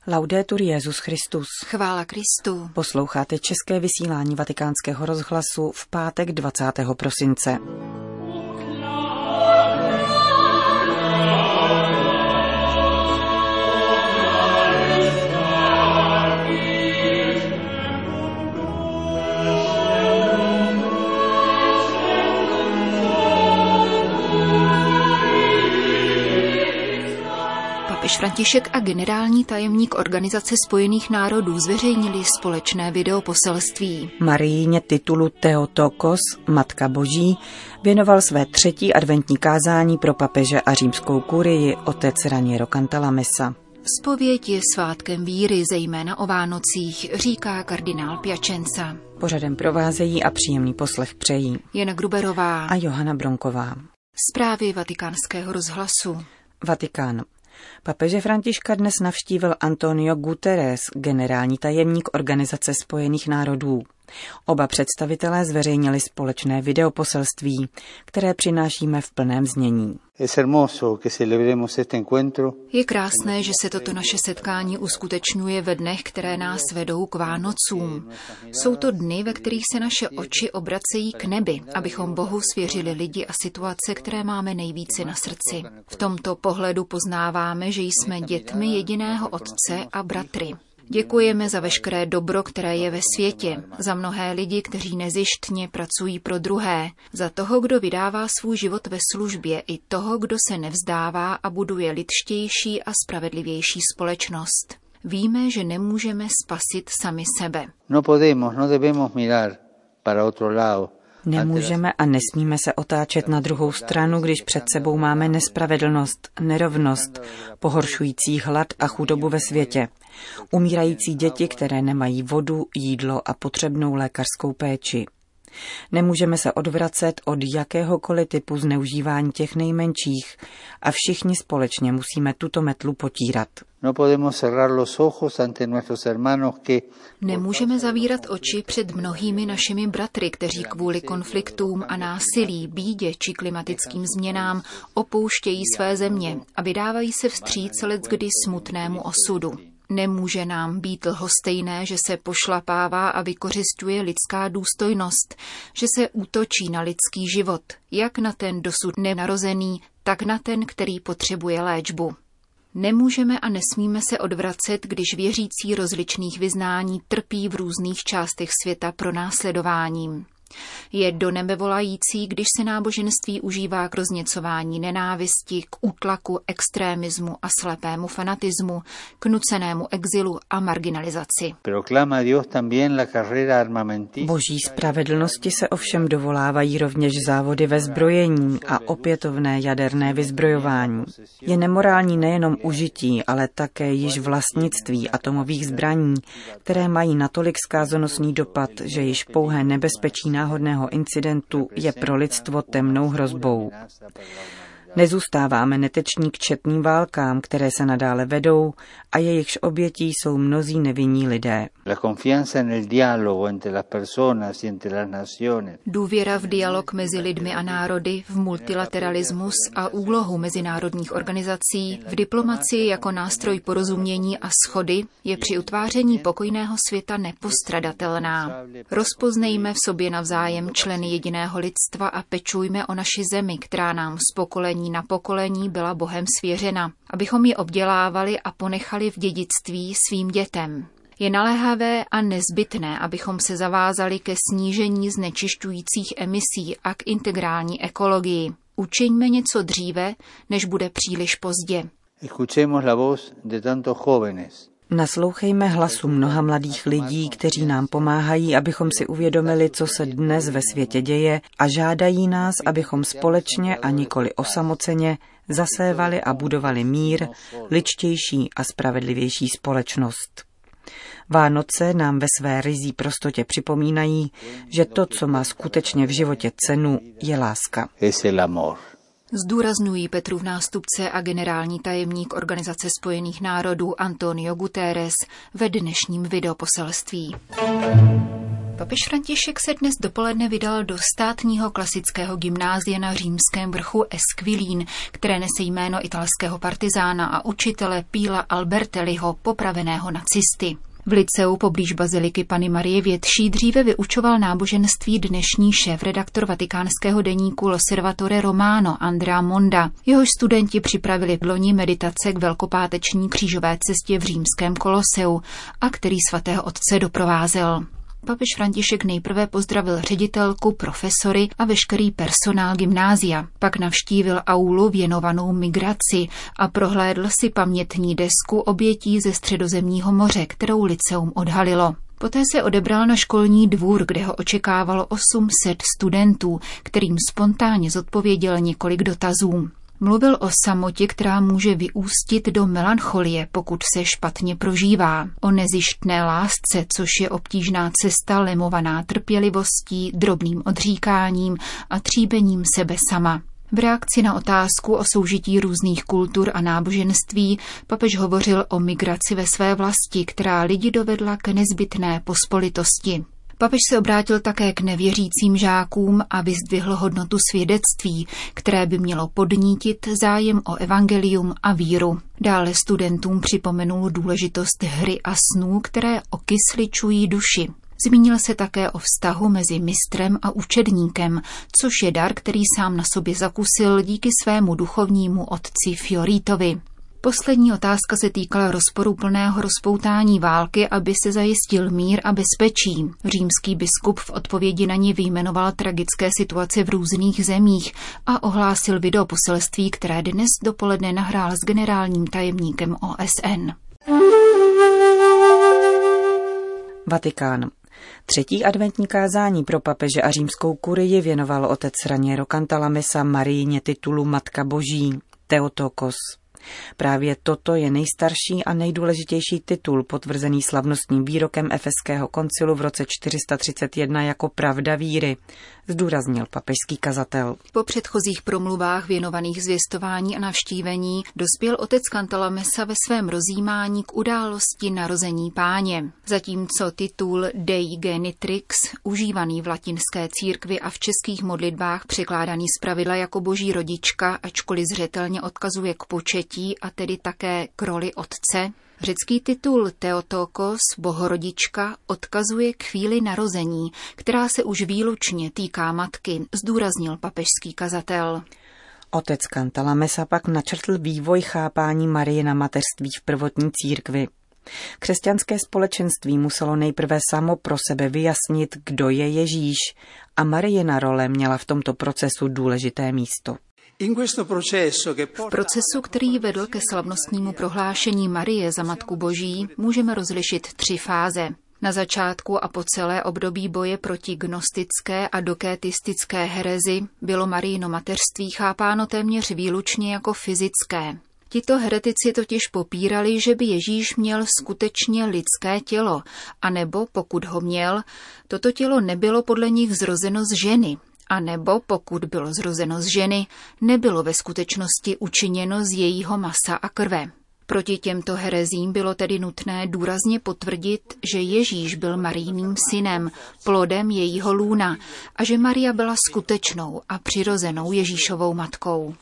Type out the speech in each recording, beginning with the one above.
Laudetur Jesus Christus. Chvála Kristu. Posloucháte české vysílání Vatikánského rozhlasu v pátek 20. prosince. Papež František a generální tajemník Organizace spojených národů zveřejnili společné videoposelství. Marijině titulu Theotokos, Matka Boží, věnoval své třetí adventní kázání pro papeže a římskou kurii otec Raniero Cantalamessa. Zpověď je svátkem víry, zejména o Vánocích, říká kardinál Piacenza. Pořadem provázejí a příjemný poslech přejí Jana Gruberová a Johana Bronková. Zprávy Vatikánského rozhlasu. Vatikán. Papeže Františka dnes navštívil Antonio Guterres, generální tajemník Organizace spojených národů. Oba představitelé zveřejnili společné videoposelství, které přinášíme v plném znění. Je krásné, že se toto naše setkání uskutečňuje ve dnech, které nás vedou k Vánocům. Jsou to dny, ve kterých se naše oči obracejí k nebi, abychom Bohu svěřili lidi a situace, které máme nejvíce na srdci. V tomto pohledu poznáváme, že jsme dětmi jediného Otce a bratry. Děkujeme za veškeré dobro, které je ve světě, za mnohé lidi, kteří nezištně pracují pro druhé, za toho, kdo vydává svůj život ve službě i toho, kdo se nevzdává a buduje lidštější a spravedlivější společnost. Víme, že nemůžeme spasit sami sebe. Nemůžeme a nesmíme se otáčet na druhou stranu, když před sebou máme nespravedlnost, nerovnost, pohoršující hlad a chudobu ve světě, umírající děti, které nemají vodu, jídlo a potřebnou lékařskou péči. Nemůžeme se odvracet od jakéhokoliv typu zneužívání těch nejmenších a všichni společně musíme tuto metlu potírat. Nemůžeme zavírat oči před mnohými našimi bratry, kteří kvůli konfliktům a násilí, bídě či klimatickým změnám opouštějí své země a vydávají se vstříc leckdy smutnému osudu. Nemůže nám být lhostejné, že se pošlapává a vykořisťuje lidská důstojnost, že se útočí na lidský život, jak na ten dosud nenarozený, tak na ten, který potřebuje léčbu. Nemůžeme a nesmíme se odvracet, když věřící rozličných vyznání trpí v různých částech světa pronásledováním. Je do nebe volající, když se náboženství užívá k rozněcování nenávisti, k útlaku, extrémismu a slepému fanatismu, k nucenému exilu a marginalizaci. Boží spravedlnosti se ovšem dovolávají rovněž závody ve zbrojení a opětovné jaderné vyzbrojování. Je nemorální nejenom užití, ale také již vlastnictví atomových zbraní, které mají natolik zkázonosný dopad, že již pouhé nebezpečí náhodného incidentu je pro lidstvo temnou hrozbou. Nezůstáváme neteční k četným válkám, které se nadále vedou a jejichž obětí jsou mnozí nevinní lidé. Důvěra v dialog mezi lidmi a národy, v multilateralismus a úlohu mezinárodních organizací, v diplomacii jako nástroj porozumění a shody je při utváření pokojného světa nepostradatelná. Rozpoznejme v sobě navzájem členy jediného lidstva a pečujme o naši zemi, která nám z pokolení na pokolení byla Bohem svěřena, abychom ji obdělávali a ponechali v dědictví svým dětem. Je naléhavé a nezbytné, abychom se zavázali ke snížení znečišťujících emisí a k integrální ekologii. Učiňme něco dříve, než bude příliš pozdě. Naslouchejme hlasu mnoha mladých lidí, kteří nám pomáhají, abychom si uvědomili, co se dnes ve světě děje a žádají nás, abychom společně a nikoli osamoceně zasévali a budovali mír, lidštější a spravedlivější společnost. Vánoce nám ve své ryzí prostotě připomínají, že to, co má skutečně v životě cenu, je láska. Zdůrazňují Petrův nástupce a generální tajemník Organizace spojených národů Antonio Guterres ve dnešním videoposelství. Papež František se dnes dopoledne vydal do státního klasického gymnázia na Římském vrchu Esquilín, které nese jméno italského partizána a učitele Píla Albertelliho, popraveného nacisty. V lyceu poblíž baziliky Panny Marie Větší dříve vyučoval náboženství dnešní šéfredaktor vatikánského deníku L'Osservatore Romano Andrea Monda. Jehož studenti připravili loni meditace k velkopáteční křížové cestě v římském Koloseu a který svatého otce doprovázel. Papež František nejprve pozdravil ředitelku, profesory a veškerý personál gymnázia. Pak navštívil aulu věnovanou migraci a prohlédl si pamětní desku obětí ze Středozemního moře, kterou lyceum odhalilo. Poté se odebral na školní dvůr, kde ho očekávalo 800 studentů, kterým spontánně zodpověděl několik dotazů. Mluvil o samotě, která může vyústit do melancholie, pokud se špatně prožívá. O nezištné lásce, což je obtížná cesta lemovaná trpělivostí, drobným odříkáním a tříbením sebe sama. V reakci na otázku o soužití různých kultur a náboženství papež hovořil o migraci ve své vlasti, která lidi dovedla k nezbytné pospolitosti. Papež se obrátil také k nevěřícím žákům a vyzdvihl hodnotu svědectví, které by mělo podnítit zájem o evangelium a víru. Dále studentům připomenul důležitost hry a snů, které okysličují duši. Zmínil se také o vztahu mezi mistrem a učedníkem, což je dar, který sám na sobě zakusil díky svému duchovnímu otci Fioritovi. Poslední otázka se týkala rozporuplného rozpoutání války, aby se zajistil mír a bezpečí. Římský biskup v odpovědi na ní vyjmenoval tragické situace v různých zemích a ohlásil videoposelství, které dnes dopoledne nahrál s generálním tajemníkem OSN. Vatikán. Třetí adventní kázání pro papeže a římskou kurii věnoval otec Raniero Cantalamessa Mariině titulu Matka Boží, Theotokos. Právě toto je nejstarší a nejdůležitější titul potvrzený slavnostním výrokem Efeského koncilu v roce 431 jako pravda víry, zdůraznil papežský kazatel. Po předchozích promluvách věnovaných zvěstování a navštívení dospěl otec Cantalamessa ve svém rozjímání k události narození Páně. Zatímco titul Dei Genitrix, užívaný v latinské církvi a v českých modlitbách překládaný zpravidla jako Boží rodička, ačkoliv zřetelně odkazuje k početí a tedy také k roli otce, řecký titul Theotokos, bohorodička, odkazuje k chvíli narození, která se už výlučně týká matky, zdůraznil papežský kazatel. Otec Cantalamessa pak načrtl vývoj chápání Mariina mateřství v prvotní církvi. Křesťanské společenství muselo nejprve samo pro sebe vyjasnit, kdo je Ježíš, a Mariina role měla v tomto procesu důležité místo. V procesu, který vedl ke slavnostnímu prohlášení Marie za Matku Boží, můžeme rozlišit 3 fáze. Na začátku a po celé období boje proti gnostické a dokétistické herezi bylo Mariino mateřství chápáno téměř výlučně jako fyzické. Tito heretici totiž popírali, že by Ježíš měl skutečně lidské tělo, anebo pokud ho měl, toto tělo nebylo podle nich zrozeno z ženy, a nebo pokud bylo zrozeno z ženy, nebylo ve skutečnosti učiněno z jejího masa a krve. Proti těmto herezím bylo tedy nutné důrazně potvrdit, že Ježíš byl Marijiným synem, plodem jejího lůna, a že Maria byla skutečnou a přirozenou Ježíšovou matkou.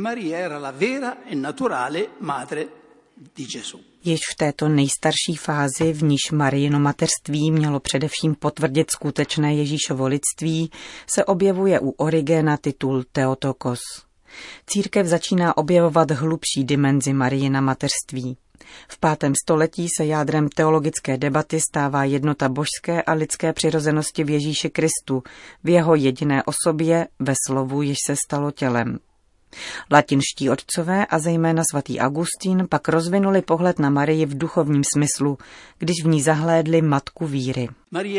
Již v této nejstarší fázi, v níž Mariino mateřství mělo především potvrdit skutečné Ježíšovo lidství, se objevuje u Origena titul Theotokos. Církev začíná objevovat hlubší dimenzi Mariina mateřství. V 5. století se jádrem teologické debaty stává jednota božské a lidské přirozenosti v Ježíši Kristu, v jeho jediné osobě, ve slovu, jež se stalo tělem. Latinští otcové a zejména svatý Augustín pak rozvinuli pohled na Marii v duchovním smyslu, když v ní zahlédli matku víry.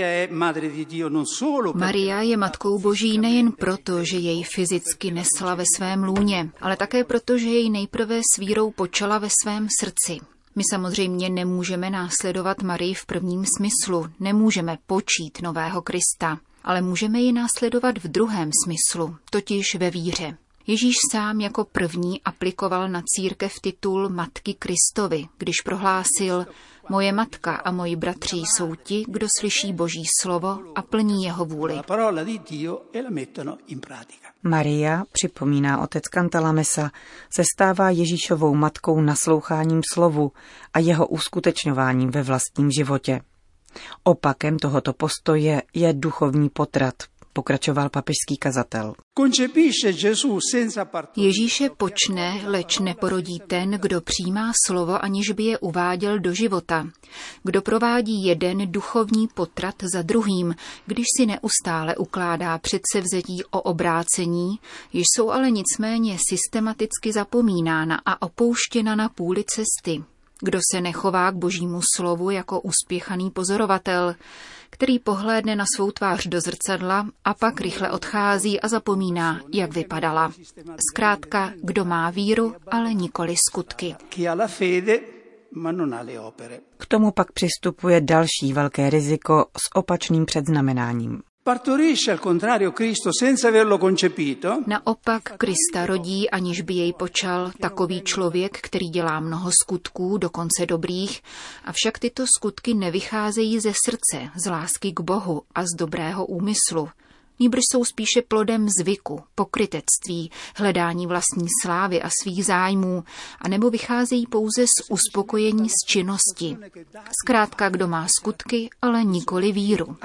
Maria je matkou Boží nejen proto, že jej fyzicky nesla ve svém lůně, ale také proto, že jej nejprve s vírou počala ve svém srdci. My samozřejmě nemůžeme následovat Marii v prvním smyslu, nemůžeme počít nového Krista, ale můžeme ji následovat v druhém smyslu, totiž ve víře. Ježíš sám jako první aplikoval na církev titul Matky Kristovi, když prohlásil: Moje matka a moji bratři jsou ti, kdo slyší Boží slovo a plní jeho vůli. Maria, připomíná otec Cantalamessa, se stává Ježíšovou matkou nasloucháním slovu a jeho uskutečňováním ve vlastním životě. Opakem tohoto postoje je duchovní potrat, pokračoval papežský kazatel. Ježíše počne, leč neporodí ten, kdo přijímá slovo, aniž by je uváděl do života. Kdo provádí jeden duchovní potrat za druhým, když si neustále ukládá předsevzetí o obrácení, jež jsou ale nicméně systematicky zapomínána a opouštěna na půli cesty. Kdo se nechová k Božímu slovu jako uspěchaný pozorovatel, který pohlédne na svou tvář do zrcadla a pak rychle odchází a zapomíná, jak vypadala. Zkrátka, kdo má víru, ale nikoli skutky. K tomu pak přistupuje další velké riziko s opačným předznamenáním. Naopak Krista rodí, aniž by jej počal, takový člověk, který dělá mnoho skutků, dokonce dobrých, avšak tyto skutky nevycházejí ze srdce, z lásky k Bohu a z dobrého úmyslu. Nýbrž jsou spíše plodem zvyku, pokrytectví, hledání vlastní slávy a svých zájmů, anebo vycházejí pouze z uspokojení z činnosti. Zkrátka, kdo má skutky, ale nikoli víru.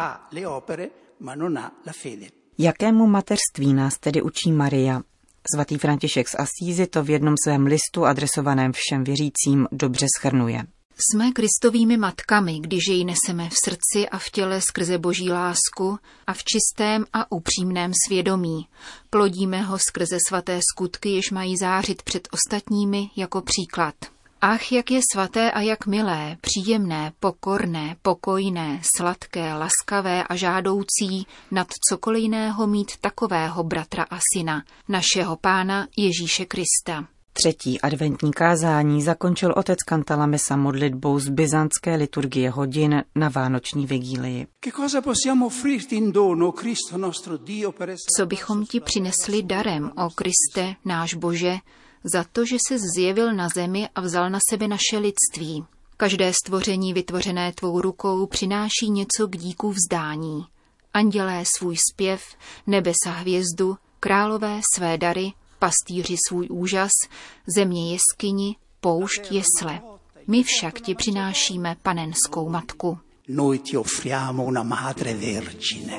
Jakému mateřství nás tedy učí Maria? Svatý František z Asízy to v jednom svém listu adresovaném všem věřícím dobře shrnuje. Jsme Kristovými matkami, když jej neseme v srdci a v těle skrze Boží lásku a v čistém a upřímném svědomí. Plodíme ho skrze svaté skutky, jež mají zářit před ostatními jako příklad. Ach, jak je svaté a jak milé, příjemné, pokorné, pokojné, sladké, laskavé a žádoucí nad cokoliv jiného mít takového bratra a syna, našeho Pána Ježíše Krista. Třetí adventní kázání zakončil otec Cantalamessa modlitbou z byzantské liturgie hodin na vánoční vigílii. Co bychom ti přinesli darem, o Kriste, náš Bože, za to, že se zjevil na zemi a vzal na sebe naše lidství. Každé stvoření vytvořené tvou rukou přináší něco k díku vzdání. Andělé svůj zpěv, nebesa hvězdu, králové své dary, pastýři svůj úžas, země jeskyni, poušť jesle. My však ti přinášíme panenskou matku. Noi ti offriamo una madre vergine.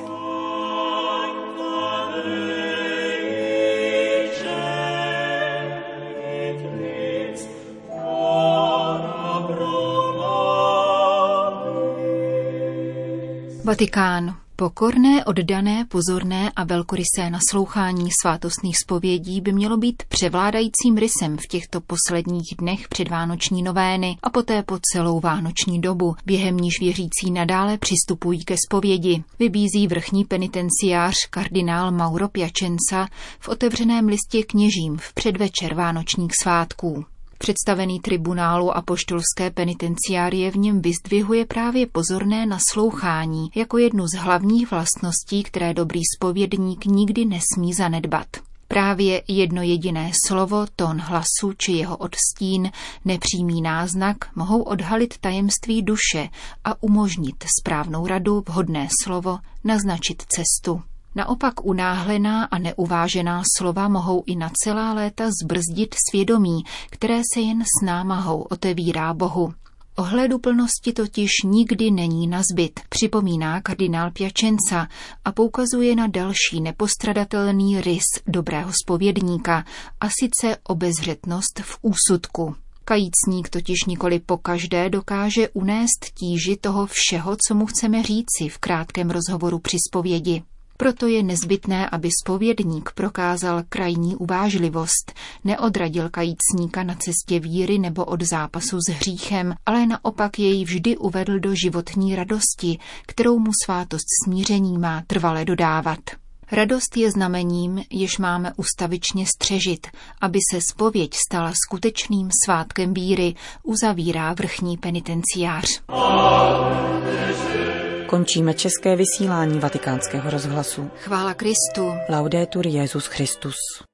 Vatikán. Pokorné, oddané, pozorné a velkorysé naslouchání svátostných zpovědí by mělo být převládajícím rysem v těchto posledních dnech předvánoční novény a poté po celou vánoční dobu, během níž věřící nadále přistupují ke zpovědi, vybízí vrchní penitenciář kardinál Mauro Piacenza v otevřeném listě kněžím v předvečer vánočních svátků. Představený tribunálu apoštolské penitenciárie v něm vyzdvihuje právě pozorné naslouchání jako jednu z hlavních vlastností, které dobrý zpovědník nikdy nesmí zanedbat. Právě jedno jediné slovo, tón hlasu či jeho odstín, nepřímý náznak mohou odhalit tajemství duše a umožnit správnou radu, vhodné slovo, naznačit cestu. Naopak unáhlená a neuvážená slova mohou i na celá léta zbrzdit svědomí, které se jen s námahou otevírá Bohu. Ohleduplnosti totiž nikdy není nazbyt, připomíná kardinál Piacenza a poukazuje na další nepostradatelný rys dobrého zpovědníka, a sice obezřetnost v úsudku. Kajícník totiž nikoli pokaždé dokáže unést tíži toho všeho, co mu chceme říci v krátkém rozhovoru při zpovědi. Proto je nezbytné, aby zpovědník prokázal krajní uvážlivost, neodradil kajícníka na cestě víry nebo od zápasu s hříchem, ale naopak jej vždy uvedl do životní radosti, kterou mu svátost smíření má trvale dodávat. Radost je znamením, jež máme ustavičně střežit, aby se zpověď stala skutečným svátkem víry, uzavírá vrchní penitenciář. Končíme české vysílání Vatikánského rozhlasu. Chvála Kristu. Laudetur Jesus Christus.